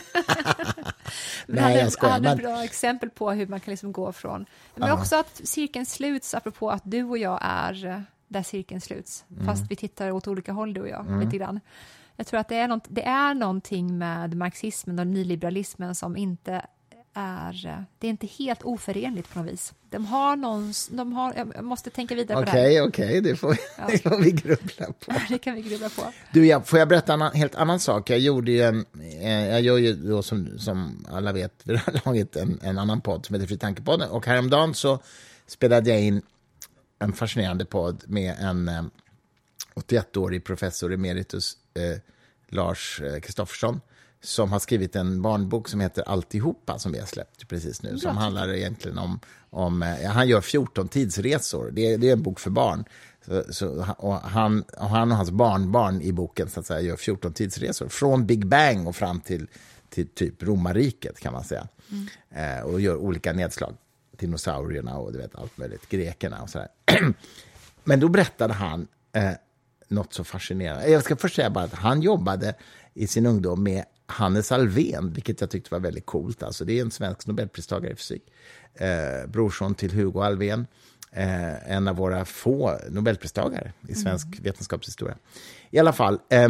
Men Nej, han jag är, skojar, han är men- bra exempel på hur man kan liksom gå från... Men Ja. också att cirkeln sluts, apropå att du och jag är eh, där cirkeln sluts. Mm. Fast vi tittar åt olika håll, du och jag, lite grann. Jag tror att det är, något, det är någonting med marxismen och nyliberalismen som inte är... eh, Det är inte helt oförenligt på något vis. De har någon... De har, jag måste tänka vidare på det här. Okej, okej, det får vi, Ja. det får vi grubbla på. Det kan vi grubbla på. Du, jag, får jag berätta en annan- helt annan sak? Jag gjorde ju en, eh, jag gör ju då som, som alla vet vid det här laget en, en annan podd som heter Fri Tankepodden. Och häromdagen så spelade jag in en fascinerande podd med en eh, åttioettårig professor emeritus, eh, Lars Kristoffersson, som har skrivit en barnbok som heter Alltihopa, som vi har släppt precis nu, som handlar egentligen om, om eh, han gör fjorton tidsresor. Det är, det är en bok för barn. Så, så, och han, och han och hans barnbarn i boken så att säga, gör fjorton tidsresor från Big Bang och fram till, till typ romarriket, kan man säga. Mm. Eh, och gör olika nedslag. Dinosaurierna och du vet, allt möjligt, grekerna och sådär. Men då berättade han eh, något så fascinerande. Jag ska först säga bara att han jobbade i sin ungdom med Hannes Alfvén, vilket jag tyckte var väldigt coolt. Alltså, det är en svensk nobelpristagare i fysik. Eh, brorson till Hugo Alfvén. Eh, en av våra få nobelpristagare i svensk mm. vetenskapshistoria. I alla fall, eh,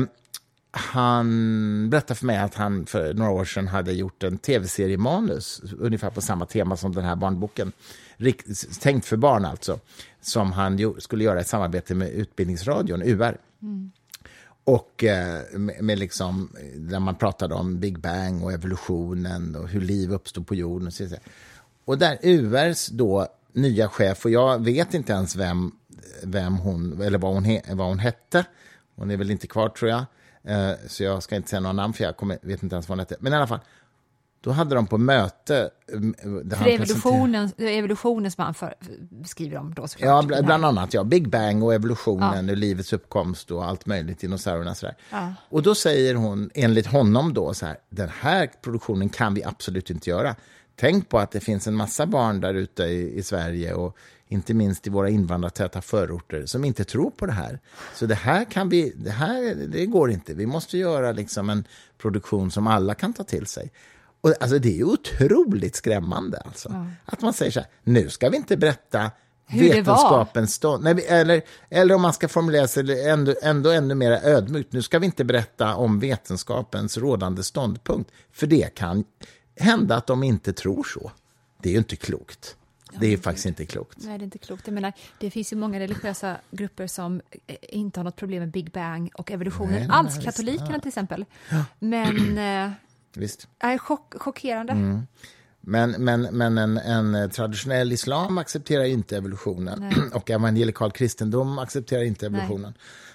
han berättade för mig att han för några år sedan hade gjort en tv-seriemanus ungefär på samma tema som den här barnboken. Rikt, tänkt för barn alltså, som han jo, skulle göra ett samarbete med Utbildningsradion, U R. Mm. Och eh, med, med liksom, där man pratade om Big Bang och evolutionen och hur liv uppstod på jorden. Och, så, och där U R:s då nya chef, och jag vet inte ens vem, vem hon, eller vad hon, he, vad hon hette. Hon är väl inte kvar, tror jag. Eh, så jag ska inte säga några namn, för jag kommer, vet inte ens vad hon hette. Men i alla fall, då hade de på möte... Där för evolutionen, evolutionen som han för, skriver om då, såklart. Ja, bl- bland annat. Ja. Big Bang och evolutionen, ja. och livets uppkomst och allt möjligt, dinosaurierna. Sådär. Ja. Och då säger hon, enligt honom då, så här, den här produktionen kan vi absolut inte göra. Tänk på att det finns en massa barn där ute i, i Sverige och inte minst i våra invandrartäta förorter som inte tror på det här. Så det här kan vi, det här det går inte. Vi måste göra liksom en produktion som alla kan ta till sig. Och alltså det är ju otroligt skrämmande alltså. Ja. Att man säger så här, nu ska vi inte berätta hur vetenskapens stånd. Nej, eller, eller om man ska formulera sig ändå, ändå ännu mer ödmjukt, nu ska vi inte berätta om vetenskapens rådande ståndpunkt. För det kan hända att de inte tror så. Det är ju inte klokt. Det är ju faktiskt inte klokt. Nej, det är inte klokt. Jag menar, det finns ju många religiösa grupper som inte har något problem med Big Bang och evolutionen. Nej, nej, alls, katolikerna ja. till exempel. Ja. Men eh, visst. är chock, chockerande. Mm. Men, men, men en, en traditionell islam accepterar inte evolutionen. Nej. Och evangelikal kristendom accepterar inte evolutionen.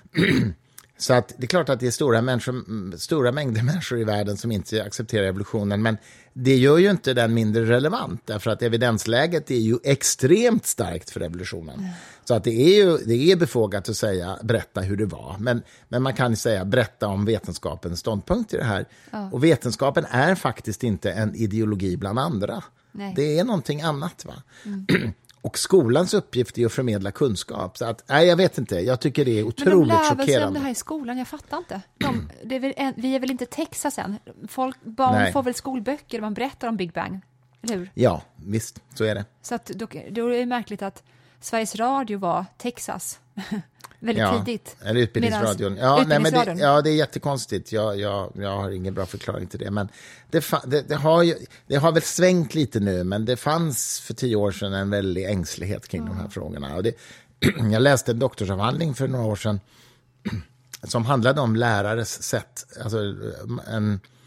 Så att det är klart att det är stora, människor, stora mängder människor i världen som inte accepterar evolutionen, men det gör ju inte den mindre relevant, därför att evidensläget är ju extremt starkt för evolutionen. Mm. Så att det är ju det är befogat att säga, berätta hur det var, men, men man kan ju säga berätta om vetenskapens ståndpunkt i det här. Ja. Och vetenskapen är faktiskt inte en ideologi bland andra. Nej. Det är någonting annat, va? Mm. Och skolans uppgift är att förmedla kunskap. Så att, nej, jag vet inte. Jag tycker det är otroligt chockerande. Men de lär väl sig om det här i skolan? Jag fattar inte. De, det är väl en, vi är väl inte Texas än? Folk, barn nej. får väl skolböcker där man berättar om Big Bang, eller hur? Ja, visst. Så är det. Så att, då, då är det märkligt att Sveriges Radio var Texas väldigt ja, tidigt. Eller Utbildningsradion. Ja, utbildningsradion. Nej, men det, ja, det är jättekonstigt. Jag, jag, jag har ingen bra förklaring till det. Men det, det, det, har ju, det har väl svängt lite nu, men det fanns för tio år sedan en väldig ängslighet kring mm. de här frågorna. Och det, jag läste en doktorsavhandling för några år sedan som handlade om lärares sätt, alltså en,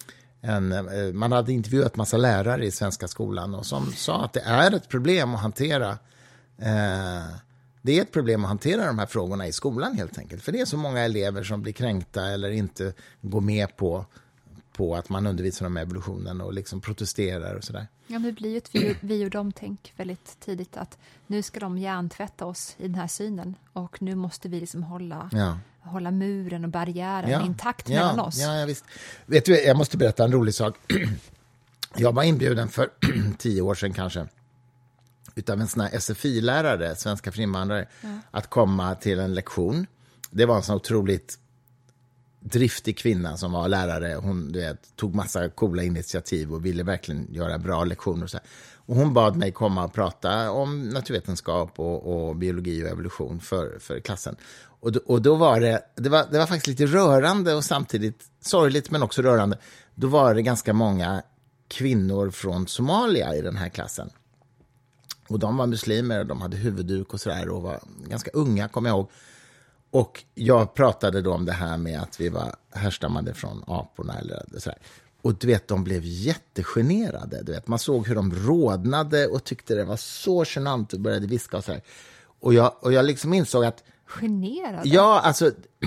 en, man hade intervjuat massa lärare i svenska skolan och som sa att det är ett problem att hantera eh, det är ett problem att hantera de här frågorna i skolan helt enkelt. För det är så många elever som blir kränkta eller inte går med på, på att man undervisar om evolutionen och liksom protesterar och sådär. Ja, men det blir ju ett vi, vi och dem-tänk väldigt tidigt att nu ska de hjärntvätta oss i den här synen och nu måste vi liksom hålla, ja. hålla muren och barriären ja. intakt ja. mellan oss. Ja, ja, visst. Vet du, jag måste berätta en rolig sak. Jag var inbjuden för tio år sedan kanske utav en sån här S F I-lärare, svenska för invandrare, ja. att komma till en lektion. Det var en sån otroligt driftig kvinna som var lärare. Hon du vet, tog massa coola initiativ och ville verkligen göra bra lektioner. Och, så här. Och hon bad mig komma och prata om naturvetenskap och, och biologi och evolution för, för klassen. Och då, och då var det, det var, det var faktiskt lite rörande och samtidigt sorgligt men också rörande. Då var det ganska många kvinnor från Somalia i den här klassen. Och de var muslimer och de hade huvudduk och sådär och var ganska unga, kommer jag ihåg. Och jag pratade då om det här med att vi var härstammade från aporna eller sådär. Och du vet, de blev jättegenerade. Du vet, man såg hur de rodnade och tyckte det var så genant och började viska och sådär. Och jag, och jag liksom insåg att... Generade? Ja, alltså...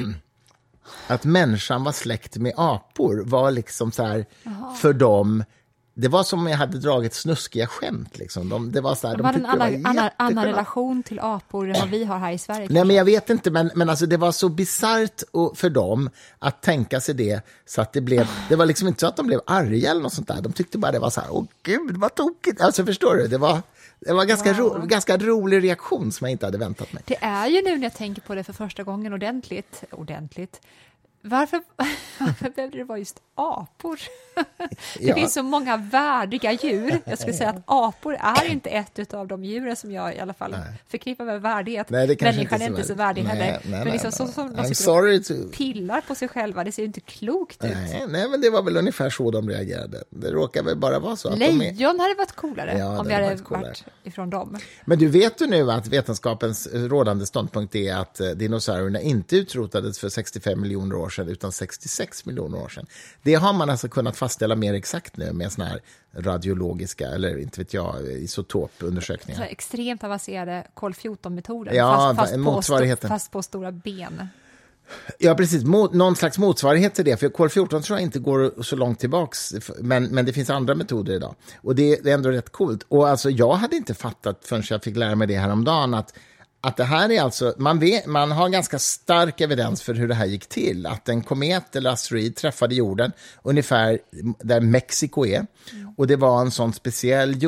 att människan var släkt med apor var liksom så här för dem... Det var som om jag hade dragit snuskiga skämt. Liksom. De, det var så här, de, de hade en annan, annan, annan själva. relation till apor än vad vi har här i Sverige. Nej, kanske. men jag vet inte. Men, men alltså, det var så bizarrt för dem att tänka sig det. Så att det blev... Det var liksom inte så att de blev arga eller något sånt där. De tyckte bara det var så här, åh gud, vad tokigt. Alltså, förstår du? Det var... Det var en ganska, wow. ro, ganska rolig reaktion som jag inte hade väntat mig. Det är ju nu när jag tänker på det för första gången ordentligt. Ordentligt. Varför, varför behövde det vara just apor? Det ja. finns så många värdiga djur. Jag skulle säga att apor är inte ett av de djuren som jag i alla fall nej. förknippar med värdighet. Nej, det Människan är inte så, så värdig nej, heller. Nej, men nej, liksom nej. så som I'm de sorry to... pillar på sig själva, det ser ju inte klokt ut. Nej, nej, men det var väl ungefär så de reagerade. Det råkar väl bara vara så. Att Lejon de är... hade varit coolare ja, om vi hade varit, varit ifrån dem. Men du vet ju nu att vetenskapens rådande ståndpunkt är att dinosaurierna inte utrotades för sextiofem miljoner år sedan utan sextiosex miljoner år sedan. Det har man alltså kunnat fastställa mer exakt nu med såna här radiologiska eller inte vet jag isotopundersökningar. Så extremt avancerade kol fjorton-metoder ja, fast, fast, motsvarigheten. På, fast på stora ben. Ja, precis. Mo- någon slags motsvarighet till det. För kol fjorton tror jag inte går så långt tillbaks. Men, men det finns andra metoder idag. Och det, det är ändå rätt coolt. Och alltså, jag hade inte fattat förrän jag fick lära mig det här om dagen att Att det här är alltså, man, vet, man har ganska stark evidens för hur det här gick till. Att en komet eller asteroid träffade jorden ungefär där Mexiko är. Mm. Och det var en sån speciell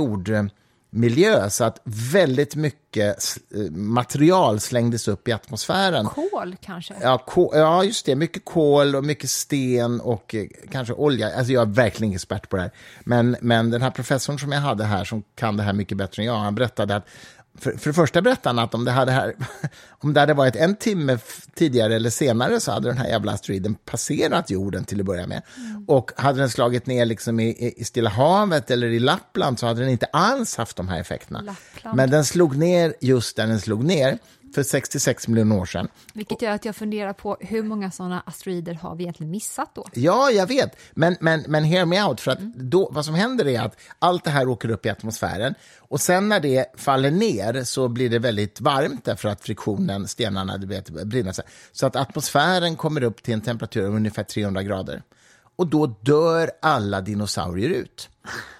jordmiljö så att väldigt mycket material slängdes upp i atmosfären. Kol kanske? Ja, kol, ja just det. Mycket kol och mycket sten och eh, kanske olja. Alltså jag är verkligen expert på det här. Men, men den här professorn som jag hade här som kan det här mycket bättre än jag, han berättade att För, för det första berättade han att om det, hade här, om det hade varit en timme f- tidigare eller senare så hade den här jävla asteroiden passerat jorden till att börja med. Mm. Och hade den slagit ner liksom i, i Stilla havet eller i Lappland så hade den inte alls haft de här effekterna. Lappland. Men den slog ner just där den slog ner för sextiosex miljoner år sedan. Vilket gör att jag funderar på hur många sådana asteroider har vi egentligen missat då? Ja, jag vet. Men, men, men hear me out. För att då, vad som händer är att allt det här åker upp i atmosfären. Och sen när det faller ner så blir det väldigt varmt därför att friktionen, stenarna, du vet, brinner sig. Så att atmosfären kommer upp till en temperatur av ungefär trehundra grader. Och då dör alla dinosaurier ut.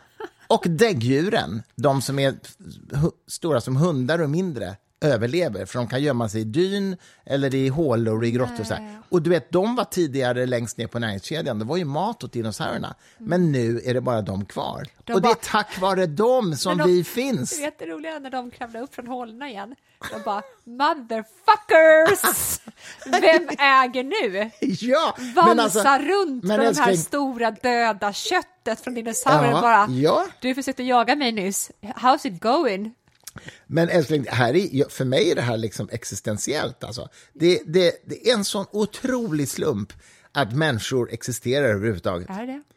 Och däggdjuren, de som är hu- stora som hundar och mindre, överlever, för de kan gömma sig i dyn eller i hålor i grottor och så här. Och du vet, de var tidigare längst ner på näringskedjan. Det var ju mat åt dinosaurierna. Mm. Men nu är det bara de kvar. De och bara... det är tack vare dem som de... vi finns. Det är jätteroligt när de kravlar upp från hålorna igen. De bara, motherfuckers! Vem äger nu? Ja, Valsa men alltså, runt men med älskling... det här stora döda köttet från dinosaurier. Ja, bara, ja. Du försökte jaga mig nyss. How's it going? Men älskling, här är, för mig är det här liksom existentiellt. Alltså. Det, det, det är en sån otrolig slump att människor existerar överhuvudtaget. Är det?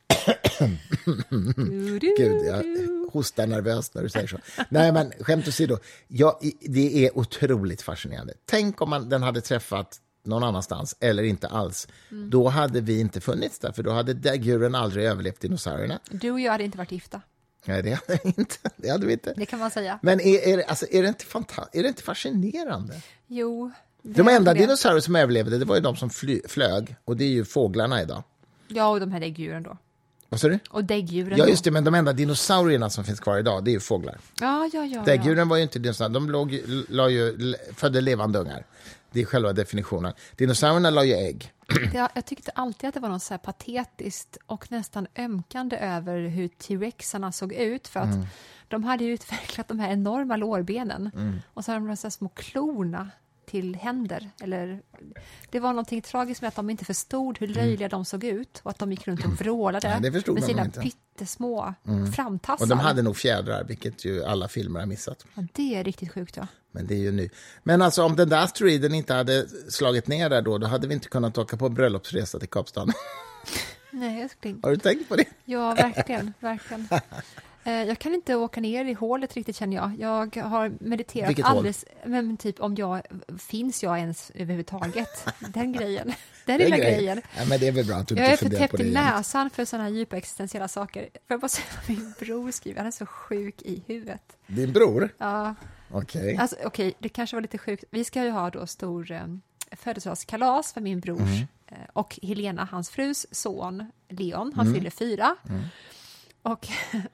Gud, jag hostar nervöst när du säger så. Nej, men skämt åsido. Ja, det är otroligt fascinerande. Tänk om man, den hade träffat någon annanstans eller inte alls, mm. då hade vi inte funnits där, för då hade däggdjuren aldrig överlevt dinosaurierna. Du och jag hade inte varit gifta. Nej, det hade vi inte. Det hade vi inte. Det kan man säga. Men är, är, alltså, är, det, inte fanta- är det inte fascinerande? Jo. De enda dinosaurier som överlevde, det var ju de som fly- flög, och det är ju fåglarna idag. Ja, och de här däggdjuren då. Vad sa du? Och däggdjuren. Ja, just det, men de enda dinosaurierna som finns kvar idag, det är ju fåglar. Ja, ja, ja. Däggdjuren ja. var ju inte dinosaurier, de låg, la ju, födde levande ungar. Det är själva definitionen. Dinosaurierna la ju ägg. Jag, jag tyckte alltid att det var något så här patetiskt och nästan ömkande över hur T-rexarna såg ut, för att mm. de hade ju utvecklat de här enorma lårbenen mm. och så hade de de så här små klorna till händer. Eller, det var någonting tragiskt med att de inte förstod hur löjliga mm. de såg ut och att de gick runt och vrålade Nej, med sina pyttesmå mm. framtassar. Och de hade nog fjädrar, vilket ju alla filmer har missat. Ja, det är riktigt sjukt, ja. Men det är ju nu. Men alltså, om den där asteroiden inte hade slagit ner där då, då hade vi inte kunnat åka på bröllopsresa till Kapstaden. Nej, älskling. Har du tänkt på det? Ja, verkligen, verkligen. Jag kan inte åka ner i hålet riktigt, känner jag. Jag har mediterat Vilket alldeles, men typ om jag, finns jag ens överhuvudtaget? Den grejen, den lilla grej. grejen. Ja, men det är väl bra att du jag inte är för funderar på täppt det i igen. näsan för sådana här djupa existentiella saker. Får jag bara säga vad min bror skriver? Han är så sjuk i huvudet. Din bror? Ja. Okej. Okay. Alltså, okej, det kanske var lite sjukt. Vi ska ju ha då stor eh, födelsedagskalas för min brors mm. eh, och Helena, hans frus son Leon. Han mm. fyller fyra. Mm. Och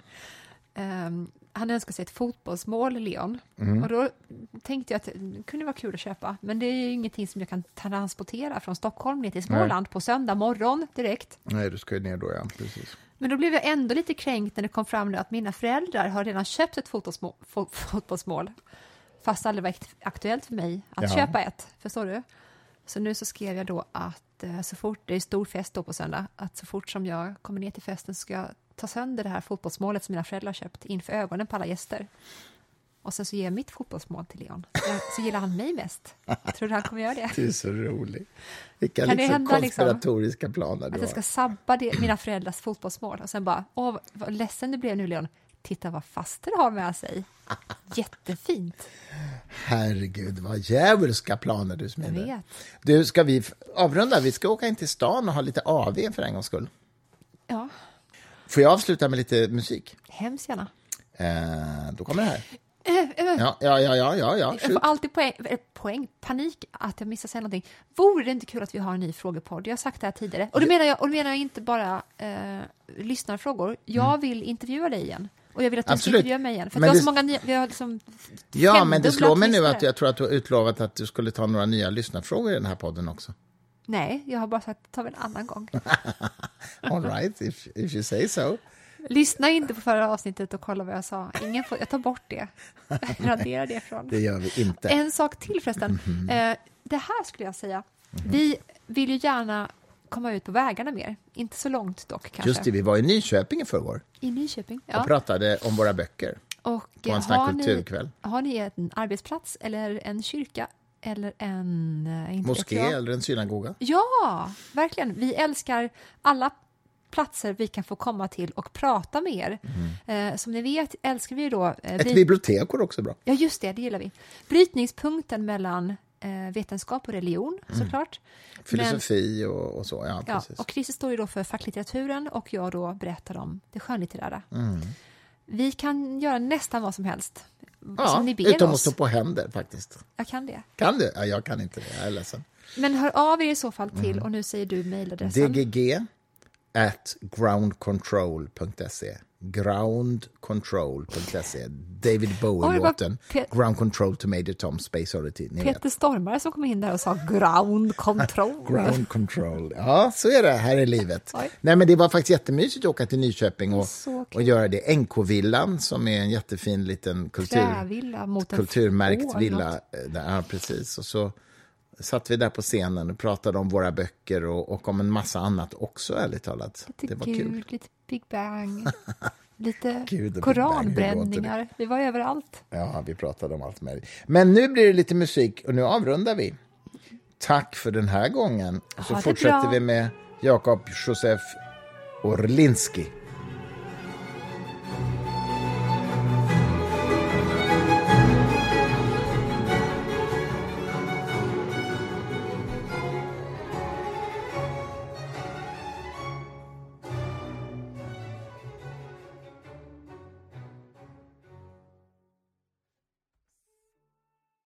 um, han önskar sig ett fotbollsmål, Leon. Mm. Och då tänkte jag att det kunde vara kul att köpa. Men det är ju ingenting som jag kan transportera från Stockholm ner till Småland Nej. På söndag morgon direkt. Nej, du ska ju ner då, ja. Precis. Men då blev jag ändå lite kränkt när det kom fram att mina föräldrar har redan köpt ett fotbollsmål, fotbollsmål fast det aldrig var aktuellt för mig att ja. Köpa ett, förstår du? Så nu så skrev jag då att så fort, det är stor fest då på söndag, att så fort som jag kommer ner till festen ska jag ta sönder det här fotbollsmålet som mina föräldrar köpt inför ögonen på alla gäster. Och sen så ger jag mitt fotbollsmål till Leon. Så gillar han mig mest. Tror du han kommer göra det? Du är så rolig. Vilka kan liksom hända, konspiratoriska liksom, planer du att jag ska sabba det, mina föräldrars fotbollsmål. Och sen bara, åh vad ledsen du blev nu, Leon. Titta vad faster har med sig. Jättefint. Herregud, vad djävulska planer du smider. Jag vet. Du, ska vi avrunda? Vi ska åka in till stan och ha lite A V för en gångs skull. Ja. Får jag avsluta med lite musik? Hemskt gärna. Eh, då kommer det här. Äh, äh, ja, ja, ja, ja, ja, ja. Jag får alltid poäng, poäng, panik att jag missar säga någonting. Vore det inte kul att vi har en ny frågepodd? Jag har sagt det här tidigare. Och då menar jag, och då menar jag inte bara eh, lyssnarfrågor. Jag mm. vill intervjua dig igen. Och jag vill att du ska intervjua mig igen. För vi har det... så många nya, vi har liksom ja, men det slår mig nu att jag tror att du har utlovat att du skulle ta några nya lyssnarfrågor i den här podden också. Nej, jag har bara sagt att ta en annan gång. All right, if, if you say so. Lyssna inte på förra avsnittet och kolla vad jag sa. Ingen får, jag tar bort det. Radera det från. Det gör vi inte. En sak till förresten. Mm-hmm. Eh, det här skulle jag säga. Mm-hmm. Vi vill ju gärna komma ut på vägarna mer. Inte så långt dock kanske. Just det, vi var i Nyköping i förrgår. I Nyköping, ja. Och pratade om våra böcker. Och på en sån här kulturkväll. Ni, har ni en arbetsplats eller en kyrka? Eller en... Inte moské eller en synagoga? Ja, verkligen. Vi älskar alla platser vi kan få komma till och prata med er. Mm. Eh, som ni vet älskar vi då... Eh, Ett bry- bibliotek är också bra. Ja, just det, det gillar vi. Brytningspunkten mellan eh, vetenskap och religion, mm. såklart. Filosofi Men, och, och så, ja, ja precis. Och Chris står ju då för facklitteraturen och jag då berättar om det skönlitterära. Mm. Vi kan göra nästan vad som helst. Ja, som ni ber utom oss. att stå på händer faktiskt. Jag kan det. Kan du? Ja, jag kan inte det, jag är ledsen. Men hör av er i så fall till, mm. och nu säger du mejladressen. D G G at groundcontrol punkt se groundcontrol punkt se David Bowie-låten Pe- Ground Control to Major Tom Space Oddity. Peter Stormare som kom in där och sa Ground Control. Ground Control. Ja, så är det här i livet. Oj. Nej, men det var faktiskt jättemysigt att åka till Nyköping och, och göra det. N K-villan som är en jättefin liten kultur, mot en kulturmärkt villa. Ja, precis. Och så satt vi där på scenen och pratade om våra böcker och, och om en massa annat också, ärligt talat. Lite det var Gud, kul. Lite Big Bang, lite Gud, koranbränningar. Bang, vi var överallt. Ja, vi pratade om allt möjligt. Men nu blir det lite musik och nu avrundar vi. Tack för den här gången. Så fortsätter bra. vi med Jakob Josef Orlinski.